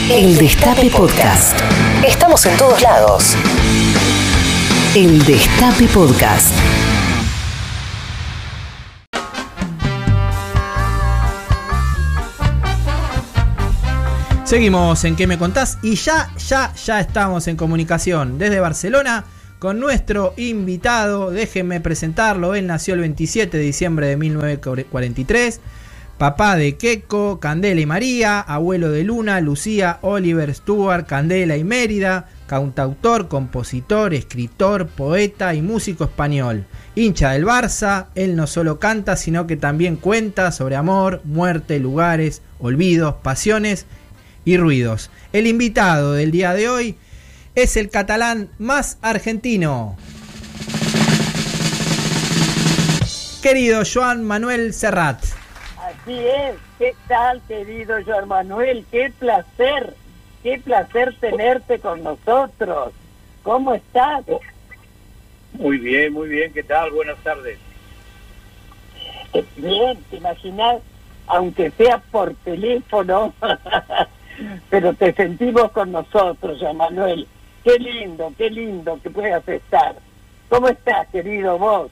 El Destape Podcast. Estamos en todos lados. El Destape Podcast. Seguimos en ¿Qué me contás? Y ya estamos en comunicación desde Barcelona con nuestro invitado. Déjenme presentarlo. Él nació el 27 de diciembre de 1943. Papá de Keiko, Candela y María, abuelo de Luna, Lucía, Oliver, Stuart, Candela y Mérida, cantautor, compositor, escritor, poeta y músico español. Hincha del Barça, él no solo canta, sino que también cuenta sobre amor, muerte, lugares, olvidos, pasiones y ruidos. El invitado del día de hoy es el catalán más argentino. Querido Joan Manuel Serrat. Así es, ¿qué tal, querido Joan Manuel? Qué placer tenerte con nosotros. ¿Cómo estás? Muy bien, ¿qué tal? Buenas tardes. Bien, te imaginas, aunque sea por teléfono, pero te sentimos con nosotros, Joan Manuel. Qué lindo que puedas estar. ¿Cómo estás, querido, vos?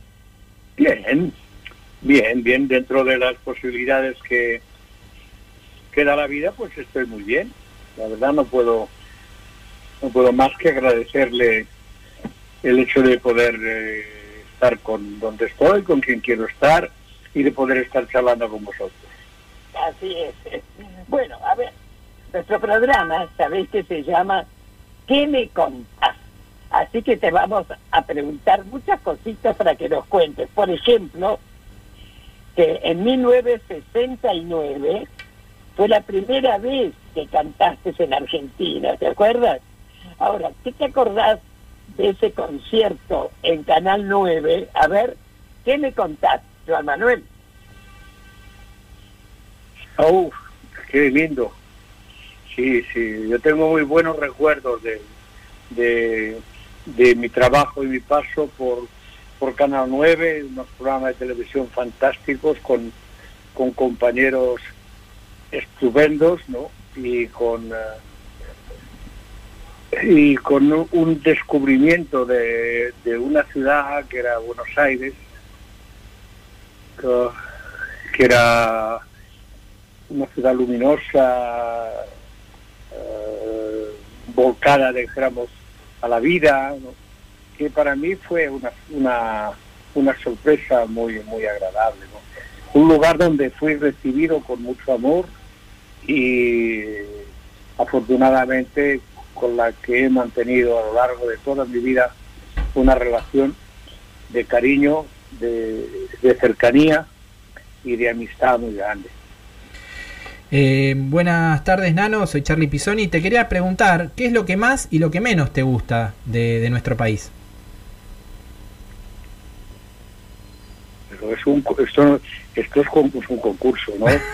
Bien, dentro de las posibilidades que da la vida, pues estoy muy bien. La verdad no puedo más que agradecerle el hecho de poder estar con donde estoy, con quien quiero estar y de poder estar charlando con vosotros. Así es. Bueno, a ver, nuestro programa, sabéis que se llama ¿Qué me contás? Así que te vamos a preguntar muchas cositas para que nos cuentes. Por ejemplo, que en 1969 fue la primera vez que cantaste en Argentina, ¿te acuerdas? Ahora, ¿qué te acordás de ese concierto en Canal 9? A ver, ¿qué me contás, Joan Manuel? Qué lindo. Sí, yo tengo muy buenos recuerdos de mi trabajo y mi paso por Canal 9, unos programas de televisión fantásticos con compañeros estupendos, ¿no? Y con un descubrimiento de una ciudad que era Buenos Aires, que era una ciudad luminosa, volcada, dijéramos, a la vida, ¿no? Que para mí fue una sorpresa muy agradable, ¿no? Un lugar donde fui recibido con mucho amor y afortunadamente con la que he mantenido a lo largo de toda mi vida una relación de cariño, de cercanía y de amistad muy grande. Buenas tardes, Nano, soy Charlie Pisoni. Te quería preguntar, ¿qué es lo que más y lo que menos te gusta de nuestro país? Pero esto es un concurso,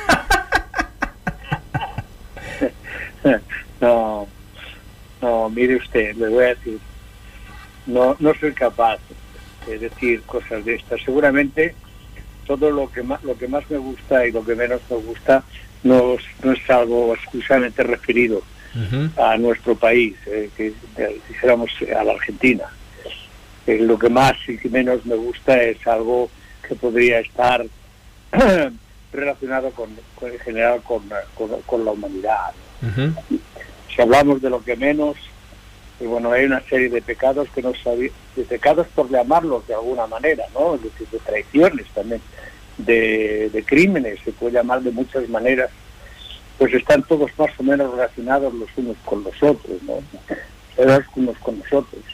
¿no? No, mire usted, le voy a decir, no soy capaz de decir cosas de estas. Seguramente todo lo que más me gusta y lo que menos me gusta no es algo exclusivamente referido a nuestro país, que dijéramos a la Argentina. Lo que más y que menos me gusta es algo que podría estar relacionado en general con la humanidad. Si hablamos de lo que menos, bueno, hay una serie de pecados que no sabía, de pecados por llamarlos de alguna manera, ¿no? Es decir, de traiciones también, de crímenes, se puede llamar de muchas maneras, pues están todos más o menos relacionados los unos con los otros, ¿no? Los unos con los otros.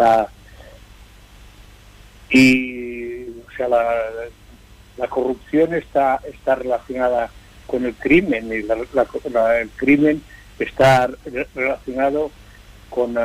Y o sea, la corrupción está relacionada con el crimen, y el crimen está relacionado con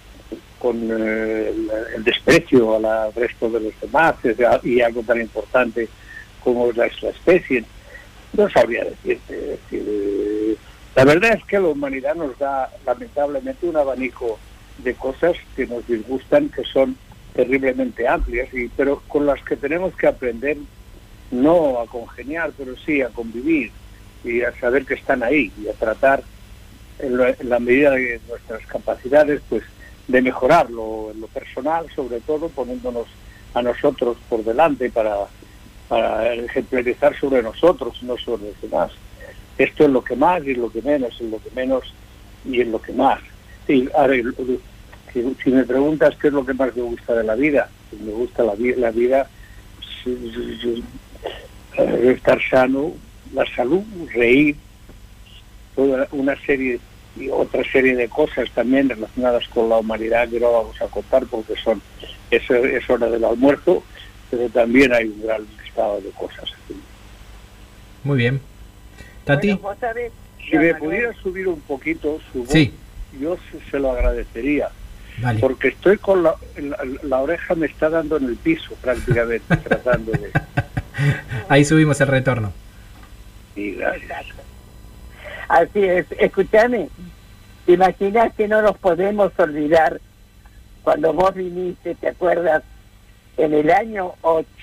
el desprecio al resto de los demás, y algo tan importante como es la especie. No sabría decirte. La verdad es que la humanidad nos da lamentablemente un abanico de cosas que nos disgustan, que son terriblemente amplias, pero con las que tenemos que aprender no a congeniar, pero sí a convivir y a saber que están ahí y a tratar en la medida de nuestras capacidades, pues de mejorarlo en lo personal, sobre todo poniéndonos a nosotros por delante para ejemplarizar sobre nosotros, no sobre los demás. Esto es lo que más y es lo que menos, es lo que menos y es lo que más. Y ahora, si me preguntas qué es lo que más me gusta de la vida, pues me gusta la vida, estar sano, la salud, reír, toda una serie y otra serie de cosas también relacionadas con la humanidad que no vamos a contar porque es hora del almuerzo, pero también hay un gran listado de cosas aquí. Muy bien. Tati. Bueno, vos sabés, Si me pudiera subir un poquito su voz, Sí. yo se lo agradecería. Vale. Porque estoy con la oreja me está dando en el piso prácticamente, tratando de... Ahí subimos el retorno. Y gracias. así es. Escúchame, ¿te imaginas que no nos podemos olvidar cuando vos viniste, te acuerdas, en el año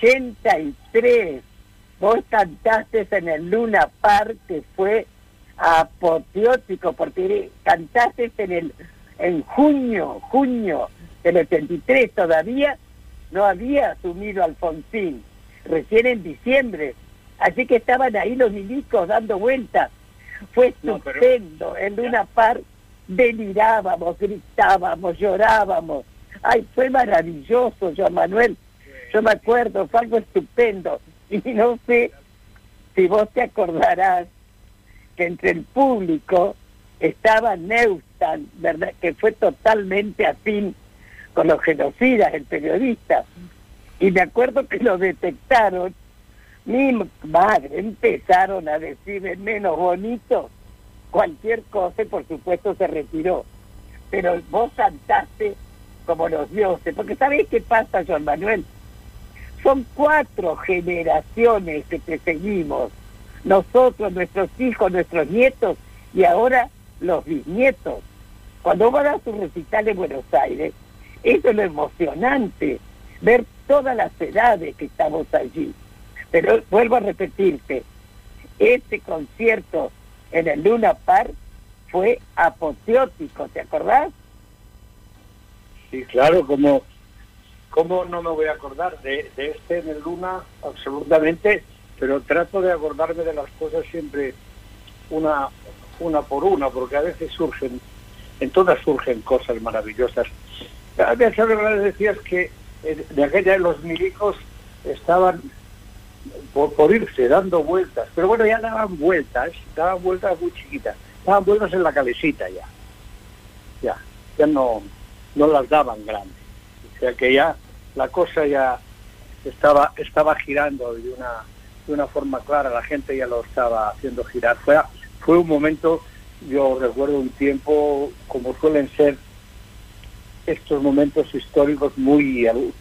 83, vos cantaste en el Luna Park, que fue apoteótico, porque cantaste en junio del 83, todavía no había asumido Alfonsín, recién en diciembre, así que estaban ahí los milicos dando vueltas. Fue estupendo, en Luna Park delirábamos, gritábamos, llorábamos. Ay, fue maravilloso, Joan Manuel. Yo me acuerdo, fue algo estupendo. Y no sé si vos te acordarás que entre el público estaba Neustadt, ¿verdad? Que fue totalmente afín con los genocidas, el periodista. Y me acuerdo que lo detectaron. Mi madre empezaron a decirme menos bonito, cualquier cosa, y por supuesto se retiró. Pero vos cantaste como los dioses, porque ¿sabés qué pasa, Joan Manuel? Son 4 generaciones que te seguimos, nosotros, nuestros hijos, nuestros nietos, y ahora los bisnietos. Cuando vos das un recital en Buenos Aires, eso es lo emocionante, ver todas las edades que estamos allí. Pero vuelvo a repetirte, este concierto en el Luna Park fue apoteótico, ¿te acordás? Sí, claro, ¿cómo no me voy a acordar de este en el Luna? Absolutamente, pero trato de acordarme de las cosas siempre una por una, porque a veces en todas surgen cosas maravillosas. A veces decías que de aquella los milicos estaban por irse, dando vueltas, pero bueno, ya daban vueltas muy chiquitas, daban vueltas en la cabecita ya no las daban grandes, o sea que ya la cosa ya estaba girando de una forma clara, la gente ya lo estaba haciendo girar. Fue un momento, yo recuerdo un tiempo, como suelen ser estos momentos históricos muy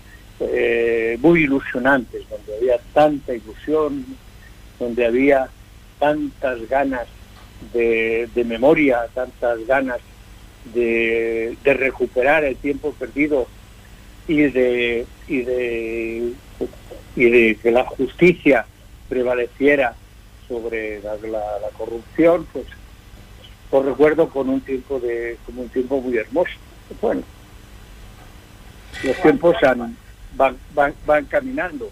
ilusionantes, donde había tanta ilusión, donde había tantas ganas de memoria, tantas ganas de recuperar el tiempo perdido y de que la justicia prevaleciera sobre la corrupción, pues lo recuerdo como un tiempo muy hermoso. Bueno, los tiempos van caminando,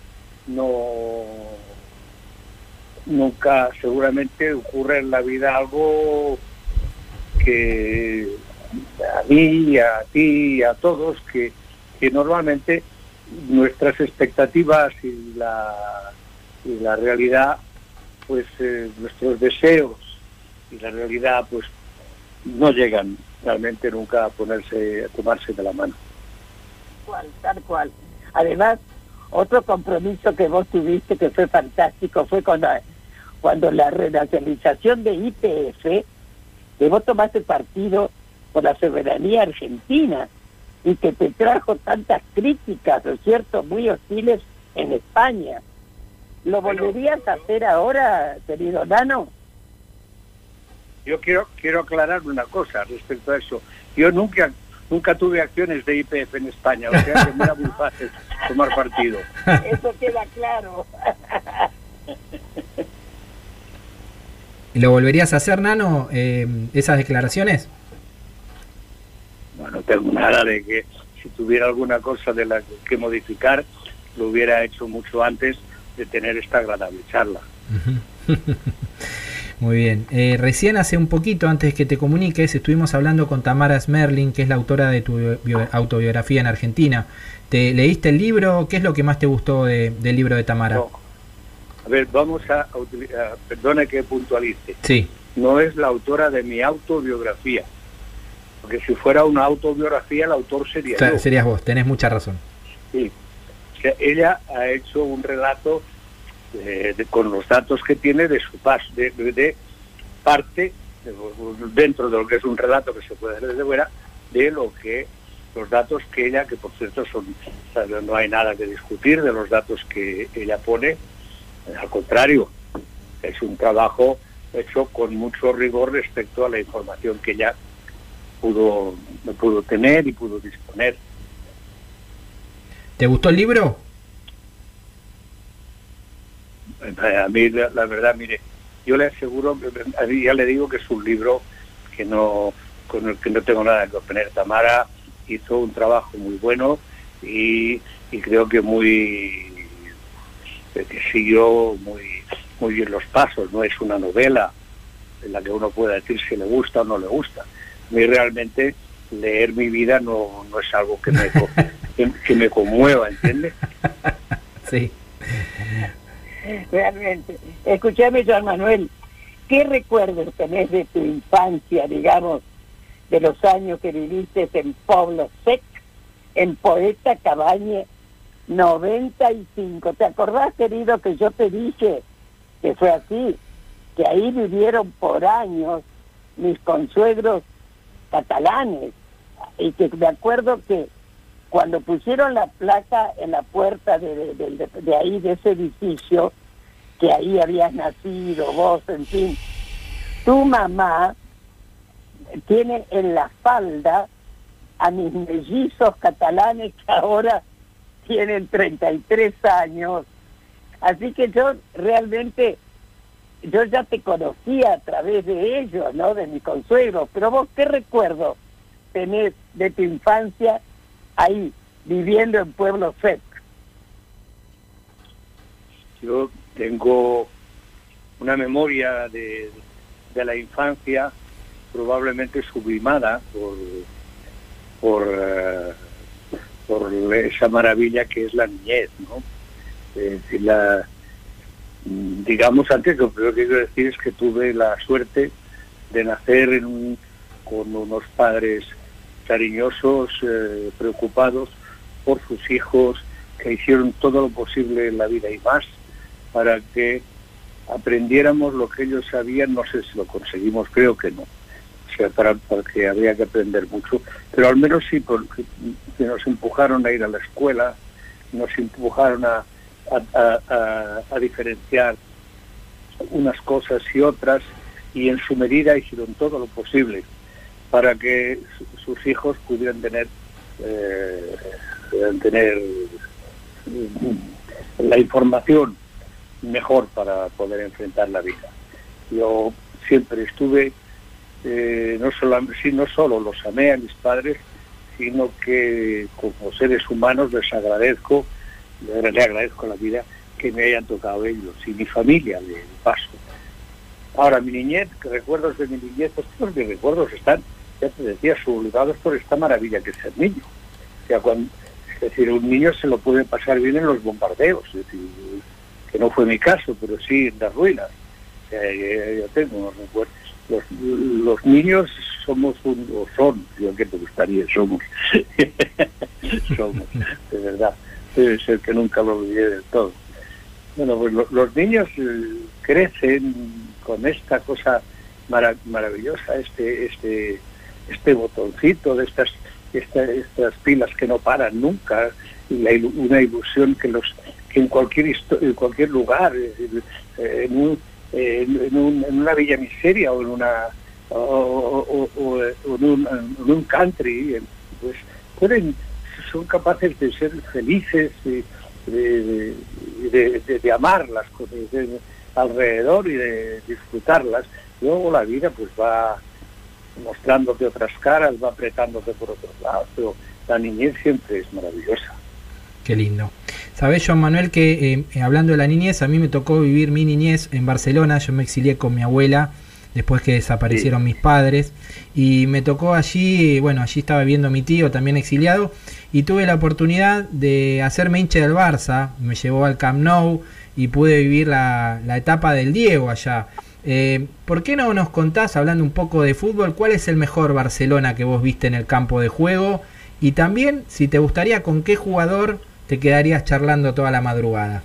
nunca seguramente ocurre en la vida algo que a mí, a ti, a todos, que normalmente nuestras expectativas y la realidad, pues nuestros deseos y la realidad, pues no llegan realmente nunca a tomarse de la mano. Tal cual. Además, otro compromiso que vos tuviste que fue fantástico fue cuando la renacionalización de YPF, que vos tomaste partido por la soberanía argentina y que te trajo tantas críticas, ¿no es cierto?, muy hostiles en España. ¿Lo volverías a hacer ahora, querido Nano? Yo quiero aclarar una cosa respecto a eso. Yo nunca tuve acciones de YPF en España, o sea que me era muy fácil tomar partido. Eso queda claro. ¿Lo volverías a hacer, Nano, esas declaraciones? No tengo nada de que si tuviera alguna cosa de la que modificar, lo hubiera hecho mucho antes de tener esta agradable charla. Muy bien. Recién hace un poquito, antes que te comuniques, estuvimos hablando con Tamara Smerling, que es la autora de tu autobiografía en Argentina. ¿Te leíste el libro? ¿Qué es lo que más te gustó del libro de Tamara? No. A ver, vamos a perdona que puntualice. Sí. No es la autora de mi autobiografía. Porque si fuera una autobiografía, el autor sería yo. Serías vos, tenés mucha razón. Sí. O sea, ella ha hecho un relato con los datos que tiene de su paso, de parte, dentro de lo que es un relato que se puede hacer desde fuera, de lo que los datos que ella, que por cierto son, o sea, no hay nada que discutir de los datos que ella pone, al contrario, es un trabajo hecho con mucho rigor respecto a la información que ella pudo tener y pudo disponer. ¿Te gustó el libro? A mí la verdad, mire, yo le aseguro, ya le digo que es un libro con el que no tengo nada que oponer. Tamara hizo un trabajo muy bueno y creo que que siguió muy bien los pasos. No es una novela en la que uno pueda decir si le gusta o no le gusta. A mí realmente leer mi vida no es algo que me conmueva, ¿entiendes? Sí. Realmente. Escúchame, Joan Manuel, ¿qué recuerdos tenés de tu infancia, digamos, de los años que viviste en Pueblo Sec, en Poeta Cabaña 95? ¿Te acordás, querido, que yo te dije que fue así? Que ahí vivieron por años mis consuegros catalanes, y que me acuerdo que cuando pusieron la placa en la puerta de ahí, de ese edificio, que ahí habías nacido vos, en fin, tu mamá tiene en la falda a mis mellizos catalanes que ahora tienen 33 años. Así que yo realmente, yo ya te conocía a través de ellos, ¿no? De mis consuegros. Pero vos, ¿qué recuerdo tenés de tu infancia ahí, viviendo en Pueblo Sec? Yo tengo una memoria de la infancia probablemente sublimada por esa maravilla que es la niñez, ¿no? Digamos, antes lo primero que quiero decir es que tuve la suerte de nacer con unos padres cariñosos, preocupados por sus hijos, que hicieron todo lo posible en la vida y más para que aprendiéramos lo que ellos sabían. No sé si lo conseguimos, creo que no. O sea, porque había que aprender mucho, pero al menos sí, porque nos empujaron a ir a la escuela, nos empujaron a diferenciar unas cosas y otras, y en su medida hicieron todo lo posible para que sus hijos pudieran tener la información mejor para poder enfrentar la vida. Yo siempre estuve, no solo los amé a mis padres, sino que como seres humanos le agradezco a la vida que me hayan tocado ellos y mi familia de paso. Ahora, mi niñez, recuerdos de mi niñez, pues todos mis recuerdos están, ya te decía, sublimados por esta maravilla que es el niño. O sea, es decir, un niño se lo puede pasar bien en los bombardeos, es decir, que no fue mi caso, pero sí en las ruinas. O sea, yo tengo unos recuerdos. Los niños somos yo que te gustaría, somos, de verdad. Debe ser que nunca lo olvidé del todo. Bueno, pues los niños crecen con esta cosa maravillosa, este botoncito de estas pilas que no paran nunca, y una ilusión que en cualquier lugar, en una villa miseria o en un country, pues son capaces de ser felices, de amar las cosas alrededor y de disfrutarlas, Luego la vida pues va mostrándote otras caras, va apretándote por otros lados, pero la niñez siempre es maravillosa. Qué lindo. Sabés, Joan Manuel, que hablando de la niñez, a mí me tocó vivir mi niñez en Barcelona. Yo me exilié con mi abuela después que desaparecieron mis padres, y me tocó allí, bueno, allí estaba viviendo mi tío, también exiliado, y tuve la oportunidad de hacerme hincha del Barça. Me llevó al Camp Nou y pude vivir la etapa del Diego allá. ¿Por qué no nos contás, hablando un poco de fútbol, cuál es el mejor Barcelona que vos viste en el campo de juego? Y también, si te gustaría, ¿con qué jugador te quedarías charlando toda la madrugada?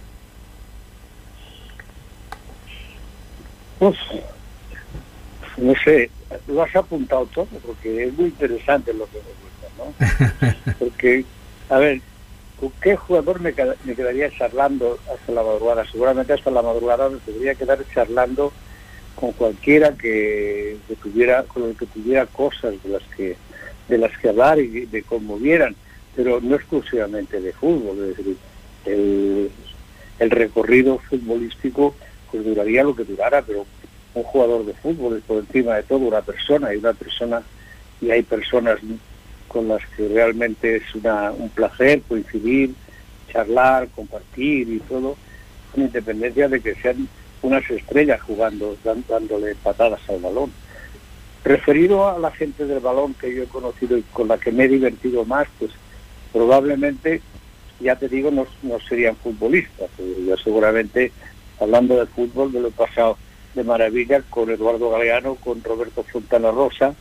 Uf, no sé, lo has apuntado todo, porque es muy interesante lo que me gusta, ¿no? Porque, a ver, ¿con qué jugador me quedaría charlando hasta la madrugada? Seguramente hasta la madrugada me podría quedar charlando con cualquiera con el que tuviera cosas de las que hablar y me conmovieran, pero no exclusivamente de fútbol. Es decir, el recorrido futbolístico pues duraría lo que durara, pero un jugador de fútbol es por encima de todo una persona, y hay personas con las que realmente es un placer coincidir, charlar, compartir y todo, con independencia de que sean unas estrellas jugando, dándole patadas al balón. Referido a la gente del balón que yo he conocido y con la que me he divertido más, pues probablemente, ya te digo, no serían futbolistas. Yo seguramente, hablando de fútbol, me lo he pasado de maravilla con Eduardo Galeano, con Roberto Fontana Rosa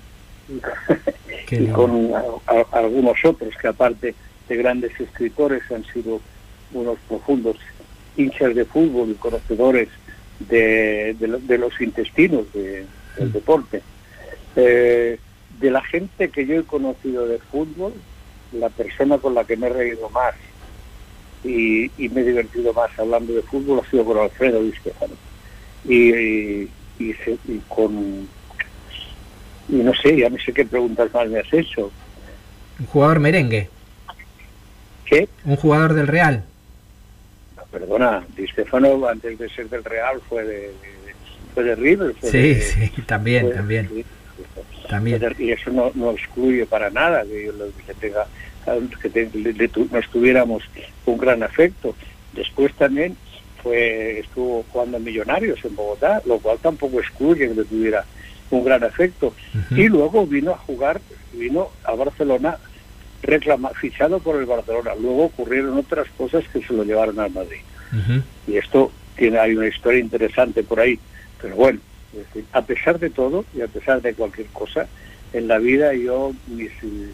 y con algunos otros que, aparte de grandes escritores, han sido unos profundos hinchas de fútbol y conocedores de los intestinos del deporte. De la gente que yo he conocido de fútbol, la persona con la que me he reído más y me he divertido más hablando de fútbol ha sido con Alfredo Di Stéfano. Y no sé, ya no sé qué preguntas más me has hecho. Un jugador merengue. ¿Qué? Un jugador del Real. No, perdona, Di Stéfano antes de ser del Real fue de River. Sí, también. También. Y eso no excluye para nada que no estuviéramos un gran afecto. Después también estuvo jugando en Millonarios en Bogotá, lo cual tampoco excluye que tuviera un gran afecto. Uh-huh. Y luego vino a Barcelona fichado por el Barcelona. Luego ocurrieron otras cosas que se lo llevaron al Madrid. Uh-huh. Y esto hay una historia interesante por ahí. Pero bueno, es decir, a pesar de todo y a pesar de cualquier cosa, en la vida yo mis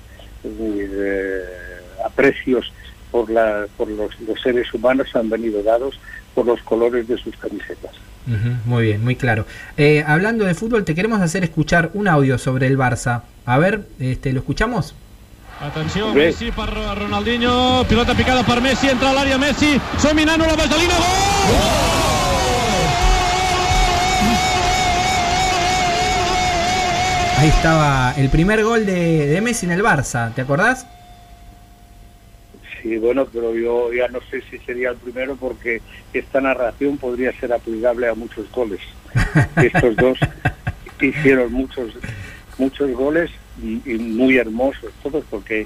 aprecios por los seres humanos han venido dados por los colores de sus camisetas. Uh-huh, muy bien, muy claro. Hablando de fútbol, te queremos hacer escuchar un audio sobre el Barça. A ver, ¿lo escuchamos? Atenció, Messi per Ronaldinho, pilota picada per Messi, entra a l'àrea Messi, som Minano, la vaselina, gol! Ahí estaba el primer gol de Messi en el Barça, ¿te acordás? Sí, bueno, pero yo ya no sé si sería el primero, porque esta narración podría ser aplicable a muchos goles. Estos dos hicieron muchos goles y muy hermosos todos, porque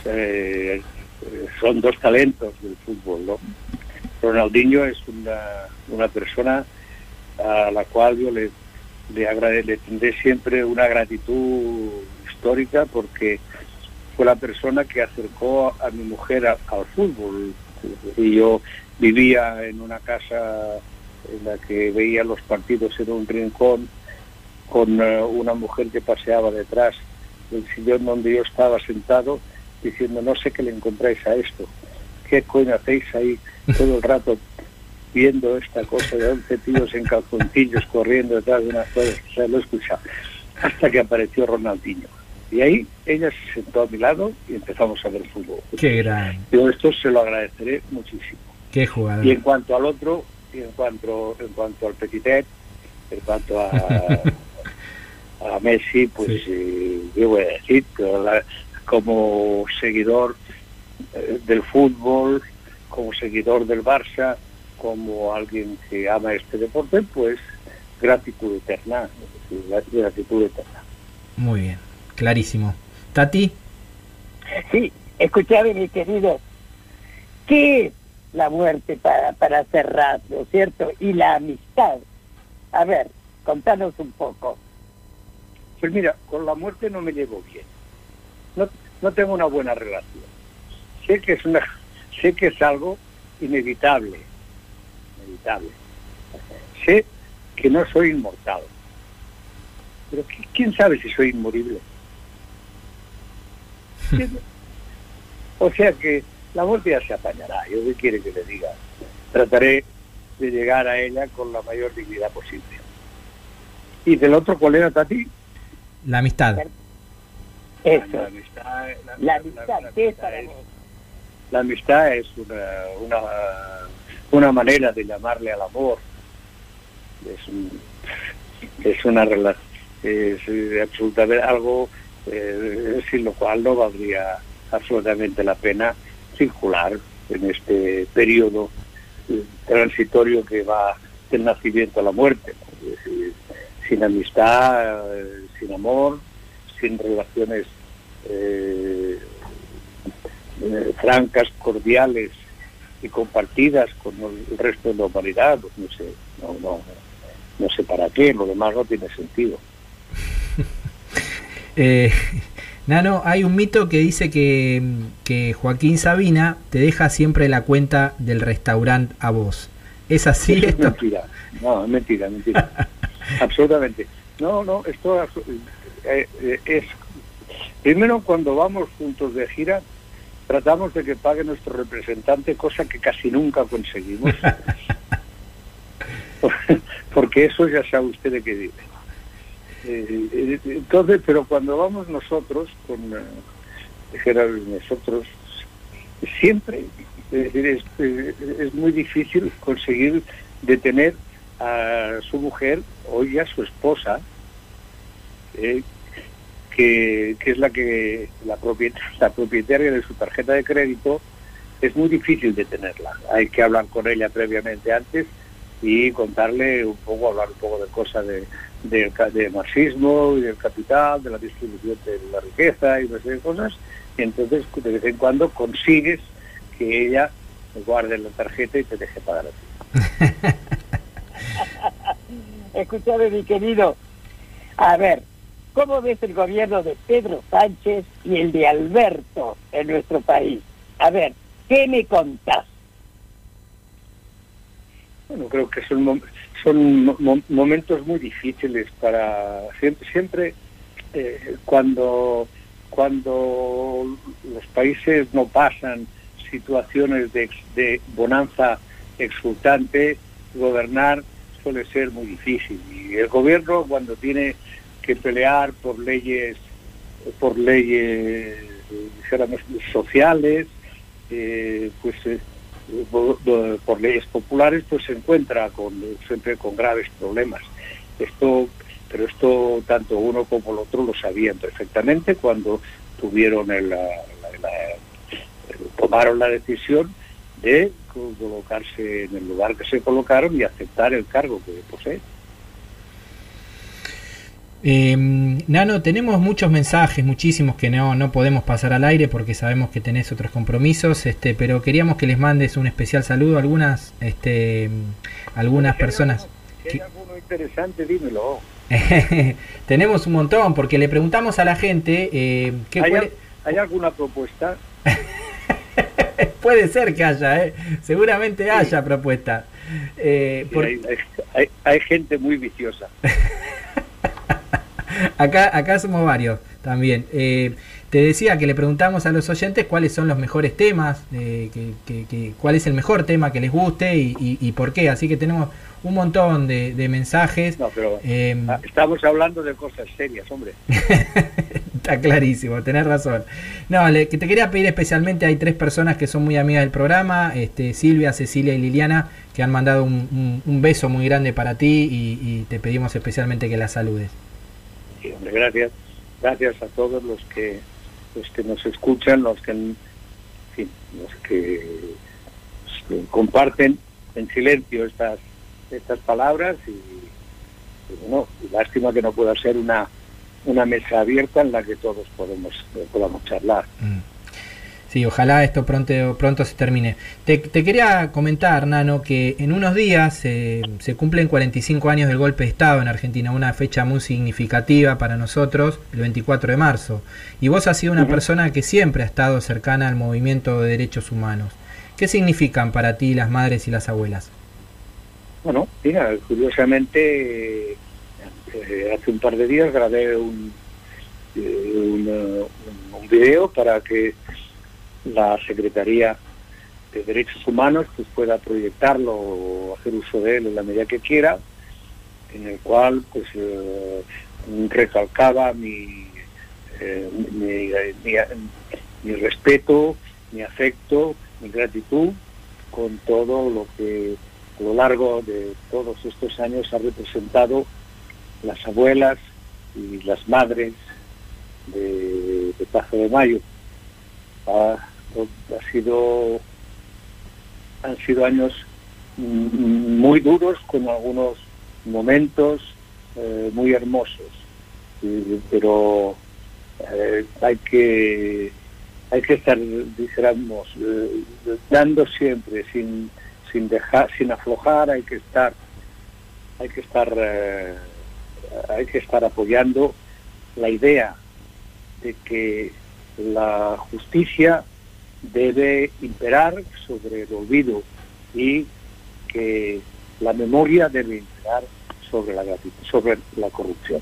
son dos talentos del fútbol, ¿no? Ronaldinho es una persona a la cual yo le tendré siempre una gratitud histórica, porque fue la persona que acercó a mi mujer al fútbol. Y yo vivía en una casa en la que veía los partidos en un rincón, con una mujer que paseaba detrás del sillón donde yo estaba sentado, diciendo: no sé qué le encontráis a esto, qué coño hacéis ahí todo el rato viendo esta cosa de 11 tíos en calzoncillos corriendo detrás de unas cosas. O sea, lo he escuchado hasta que apareció Ronaldinho. Y ahí ella se sentó a mi lado y empezamos a ver fútbol. Qué gran. Yo esto se lo agradeceré muchísimo. Qué jugador. Y en cuanto al otro, y en cuanto al Petitet, en cuanto a Messi, pues sí. Yo voy a decir que como seguidor del fútbol, como seguidor del Barça, como alguien que ama este deporte, pues gratitud eterna, es decir, gratitud eterna. Muy bien, clarísimo. Tati. Sí, escuchame, mi querido, ¿qué es la muerte para cerrar, ¿no es cierto? Y la amistad. A ver, contanos un poco. Pues mira, con la muerte no me llevo bien. No tengo una buena relación. Sé que es algo inevitable. Sé que no soy inmortal. Pero ¿quién sabe si soy inmorible? O sea que la muerte ya se apañará. Yo qué quiere que le diga. Trataré de llegar a ella con la mayor dignidad posible. ¿Y del otro cuál era, Tati? La amistad. Eso. La amistad, ¿qué es para vos? La amistad es una manera de llamarle al amor. Es una relación, es absolutamente algo sin lo cual no valdría absolutamente la pena circular en este periodo transitorio que va del nacimiento a la muerte, ¿no? Es decir, sin amistad, sin amor, sin relaciones francas, cordiales y compartidas con el resto de la humanidad, pues no sé para qué, lo demás no tiene sentido. Nano, hay un mito que dice que Joaquín Sabina te deja siempre la cuenta del restaurante a vos. ¿Es así? Eso es mentira. No, es mentira. Absolutamente. No, esto es... Primero, cuando vamos juntos de gira, tratamos de que pague nuestro representante, cosa que casi nunca conseguimos. Porque eso ya sabe usted de qué vive. Entonces, pero cuando vamos nosotros, nosotros, siempre, es decir, es muy difícil conseguir detener a su mujer, o ya su esposa, que es la propietaria de su tarjeta de crédito. Es muy difícil detenerla. Hay que hablar con ella previamente antes y contarle hablar un poco de cosas de marxismo y del capital, de la distribución de la riqueza y una serie de cosas, y entonces de vez en cuando consigues que ella guarde la tarjeta y te deje pagar a ti. Escúchame, mi querido, a ver, ¿cómo ves el gobierno de Pedro Sánchez y el de Alberto en nuestro país? A ver, ¿qué me contás? Bueno, creo que son momentos muy difíciles para siempre cuando los países no pasan situaciones de bonanza exultante, gobernar suele ser muy difícil. Y el gobierno, cuando tiene que pelear por leyes dijéramos sociales, por leyes populares, pues se encuentra siempre con graves problemas. Pero esto tanto uno como el otro lo sabían perfectamente cuando tuvieron tomaron la decisión de colocarse en el lugar que se colocaron y aceptar el cargo que poseen. Nano, tenemos muchos mensajes, muchísimos que no podemos pasar al aire porque sabemos que tenés otros compromisos, pero queríamos que les mandes un especial saludo a algunas personas. Si hay alguno interesante, dímelo. Tenemos un montón, porque le preguntamos a la gente ¿Hay alguna propuesta? Puede ser que haya, seguramente haya propuesta. Hay gente muy viciosa. Acá somos varios también. Te decía que le preguntamos a los oyentes cuáles son los mejores temas, cuál es el mejor tema que les guste y por qué. Así que tenemos un montón de mensajes. No, pero estamos hablando de cosas serias, hombre. Está clarísimo, tenés razón. No, te quería pedir especialmente, hay 3 personas que son muy amigas del programa, Silvia, Cecilia y Liliana, que han mandado un beso muy grande para ti y te pedimos especialmente que las saludes. Sí, hombre, gracias a todos los que nos escuchan, los que comparten en silencio estas palabras Bueno, lástima que no pueda ser una mesa abierta en la que todos podamos charlar. Sí, ojalá esto pronto se termine. Te quería comentar, Nano, que en unos días se cumplen 45 años del golpe de Estado en Argentina, una fecha muy significativa para nosotros, el 24 de marzo. Y vos has sido una persona que siempre ha estado cercana al movimiento de derechos humanos. ¿Qué significan para ti las madres y las abuelas? Bueno, mira, curiosamente, hace un par de días grabé un video para que la Secretaría de Derechos Humanos pues pueda proyectarlo o hacer uso de él en la medida que quiera, en el cual pues recalcaba mi respeto, mi afecto, mi gratitud con todo lo que a lo largo de todos estos años ha representado las abuelas y las madres de Plaza de Mayo. Han sido años muy duros, con algunos momentos muy hermosos, pero hay que estar, dijéramos, dando siempre, sin aflojar. Hay que estar apoyando la idea de que la justicia debe imperar sobre el olvido y que la memoria debe imperar sobre la corrupción.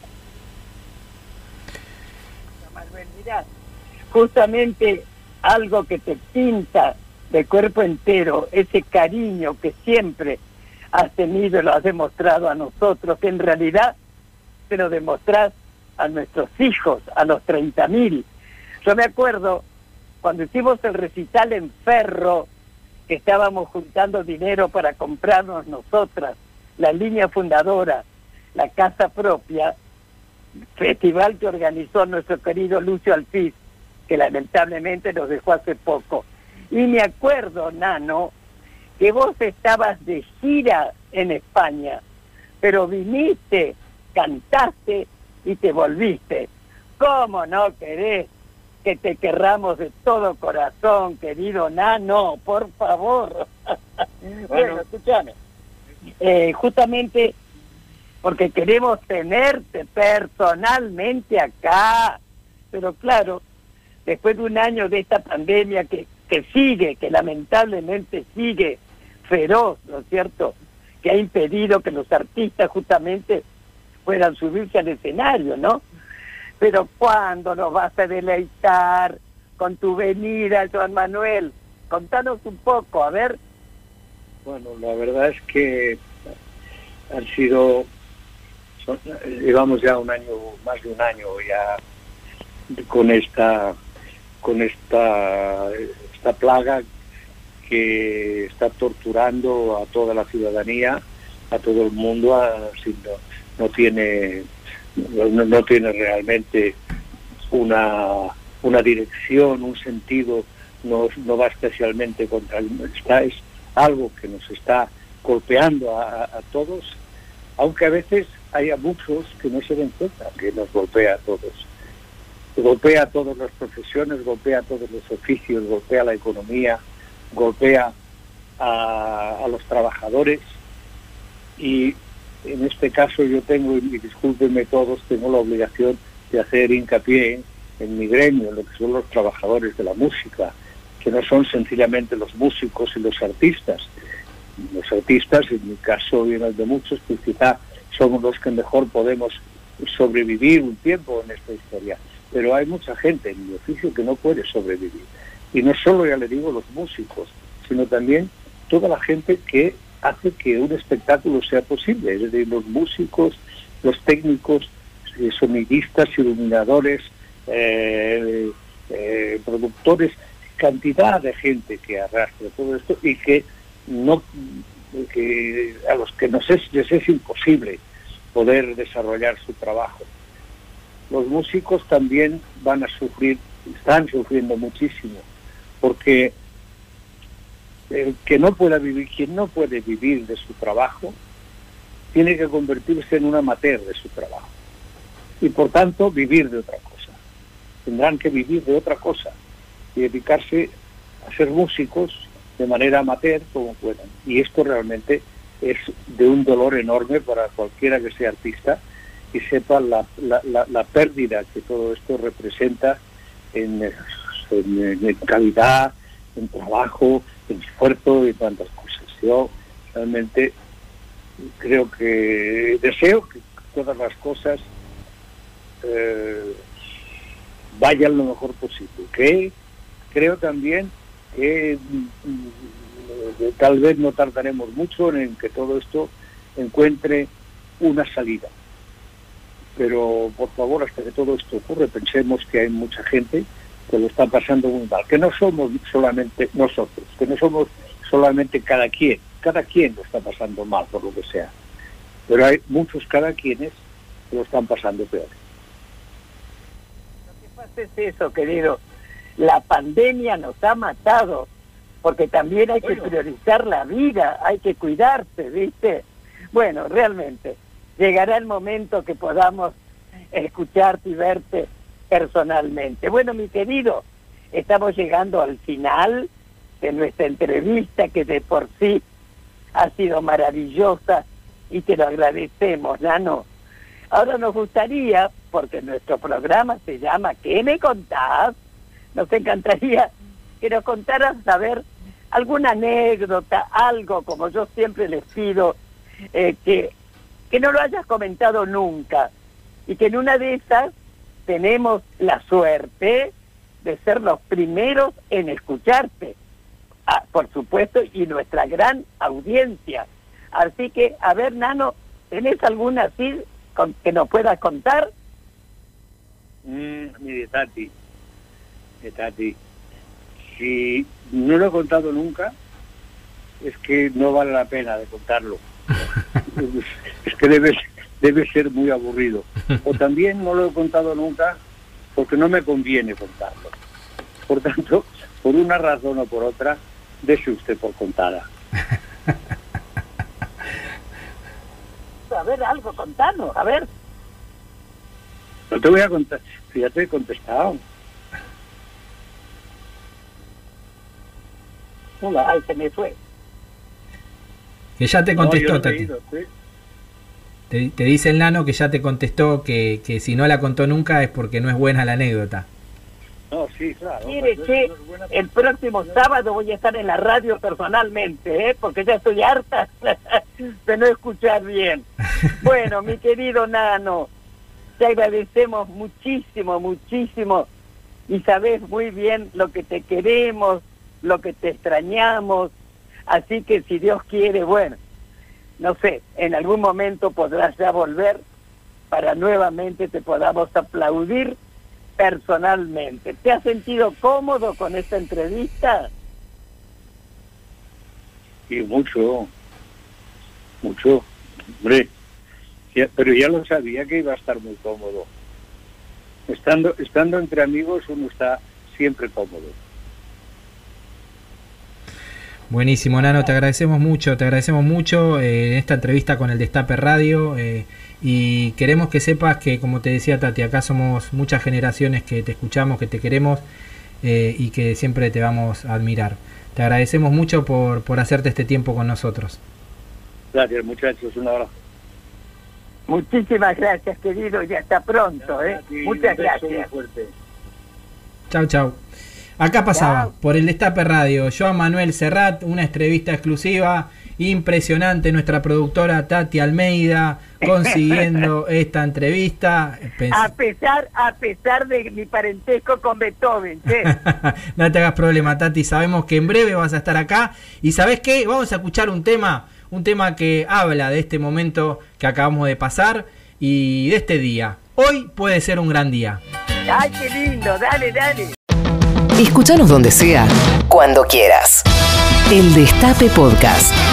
Manuel, mirá, justamente algo que te pinta de cuerpo entero, ese cariño que siempre has tenido y lo has demostrado a nosotros, que en realidad se lo demostrás a nuestros hijos, a los 30.000. Yo me acuerdo cuando hicimos el recital en Ferro, que estábamos juntando dinero para comprarnos nosotras, la línea fundadora, la casa propia, festival que organizó nuestro querido Lucio Alfiz, que lamentablemente nos dejó hace poco. Y me acuerdo, Nano, que vos estabas de gira en España, pero viniste, cantaste y te volviste. ¿Cómo no querés que te querramos de todo corazón, querido Nano? Por favor. Bueno, escúchame. Justamente porque queremos tenerte personalmente acá. Pero claro, después de un año de esta pandemia que sigue, que lamentablemente sigue feroz, ¿no es cierto?, que ha impedido que los artistas justamente puedan subirse al escenario, ¿no? Pero ¿cuándo nos vas a deleitar con tu venida, Joan Manuel? Contanos un poco, a ver. Bueno, la verdad es que llevamos ya más de un año ya con esta plaga que está torturando a toda la ciudadanía, a todo el mundo. No tiene realmente una dirección, un sentido, no va especialmente contra es algo que nos está golpeando a todos, aunque a veces haya muchos que no se den cuenta que nos golpea a todos. Golpea a todas las profesiones, golpea a todos los oficios, golpea a la economía, golpea a los trabajadores. Y en este caso yo tengo, y discúlpenme todos, tengo la obligación de hacer hincapié en mi gremio, en lo que son los trabajadores de la música, que no son sencillamente los músicos y los artistas. Los artistas, en mi caso y en el de muchos, pues quizá somos los que mejor podemos sobrevivir un tiempo en esta historia. Pero hay mucha gente en mi oficio que no puede sobrevivir. Y no solo, ya le digo, los músicos, sino también toda la gente que hace que un espectáculo sea posible. Es decir, los músicos, los técnicos, sonidistas, iluminadores, productores, cantidad de gente que arrastra todo esto y que a los que les es imposible poder desarrollar su trabajo. Los músicos también están sufriendo muchísimo, porque quien no puede vivir de su trabajo, tiene que convertirse en un amateur de su trabajo y por tanto vivir de otra cosa. Tendrán que vivir de otra cosa y dedicarse a ser músicos de manera amateur como puedan. Y esto realmente es de un dolor enorme para cualquiera que sea artista y sepa la pérdida que todo esto representa en calidad, en trabajo, en esfuerzo y tantas cosas. Yo realmente deseo que todas las cosas vayan lo mejor posible. Que creo también que tal vez no tardaremos mucho en que todo esto encuentre una salida. Pero por favor, hasta que todo esto ocurre, pensemos que hay mucha gente que lo está pasando muy mal, que no somos solamente nosotros, que no somos solamente cada quien lo está pasando mal por lo que sea, pero hay muchos cada quienes que lo están pasando peor. Lo que pasa es eso, querido, la pandemia nos ha matado, porque también hay que priorizar la vida, hay que cuidarse, ¿viste? Bueno, realmente, llegará el momento que podamos escucharte y verte personalmente. Bueno, mi querido, estamos llegando al final de nuestra entrevista, que de por sí ha sido maravillosa y te lo agradecemos, Nano. Ahora nos gustaría, porque nuestro programa se llama ¿Qué me contás? Nos encantaría que nos contaras, a ver, alguna anécdota, algo, como yo siempre les pido, que no lo hayas comentado nunca, y que en una de esas tenemos la suerte de ser los primeros en escucharte, por supuesto, y nuestra gran audiencia. Así que, a ver, Nano, ¿tenés alguna así que nos puedas contar? Mire, Tati, si no lo he contado nunca, es que no vale la pena de contarlo. Es que debe ser muy aburrido. O también no lo he contado nunca porque no me conviene contarlo. Por tanto, por una razón o por otra, dése usted por contada. A ver, algo, contanos, a ver. No te voy a contar, ya te he contestado. Hola, ay, se me fue. Que ya te contestó, no, Tati. Ido, ¿sí? Te dice el Nano que ya te contestó que si no la contó nunca es porque no es buena la anécdota. No, sí, claro. Mire, che, el próximo sábado voy a estar en la radio personalmente, porque ya estoy harta de no escuchar bien. Bueno, mi querido Nano, te agradecemos muchísimo, muchísimo, y sabes muy bien lo que te queremos, lo que te extrañamos, así que si Dios quiere, bueno, no sé, en algún momento podrás ya volver para nuevamente te podamos aplaudir personalmente. ¿Te has sentido cómodo con esta entrevista? Sí, mucho, hombre, pero ya lo sabía que iba a estar muy cómodo. Estando entre amigos uno está siempre cómodo. Buenísimo, Nano, te agradecemos mucho en esta entrevista con el Destape Radio, y queremos que sepas que, como te decía Tati, acá somos muchas generaciones que te escuchamos, que te queremos, y que siempre te vamos a admirar. Te agradecemos mucho por hacerte este tiempo con nosotros. Gracias, muchachos, un abrazo. Muchísimas gracias, querido, y hasta pronto. Muchas gracias. Chau, chau. Acá pasaba, por el Destape Radio, Joan Manuel Serrat, una entrevista exclusiva, impresionante, nuestra productora Tati Almeida, consiguiendo esta entrevista. A pesar de mi parentesco con Beethoven, ¿sí? No te hagas problema, Tati, sabemos que en breve vas a estar acá, y ¿sabés qué? Vamos a escuchar un tema que habla de este momento que acabamos de pasar y de este día. Hoy puede ser un gran día. ¡Ay, qué lindo! Dale. Escúchanos donde sea, cuando quieras. El Destape Podcast.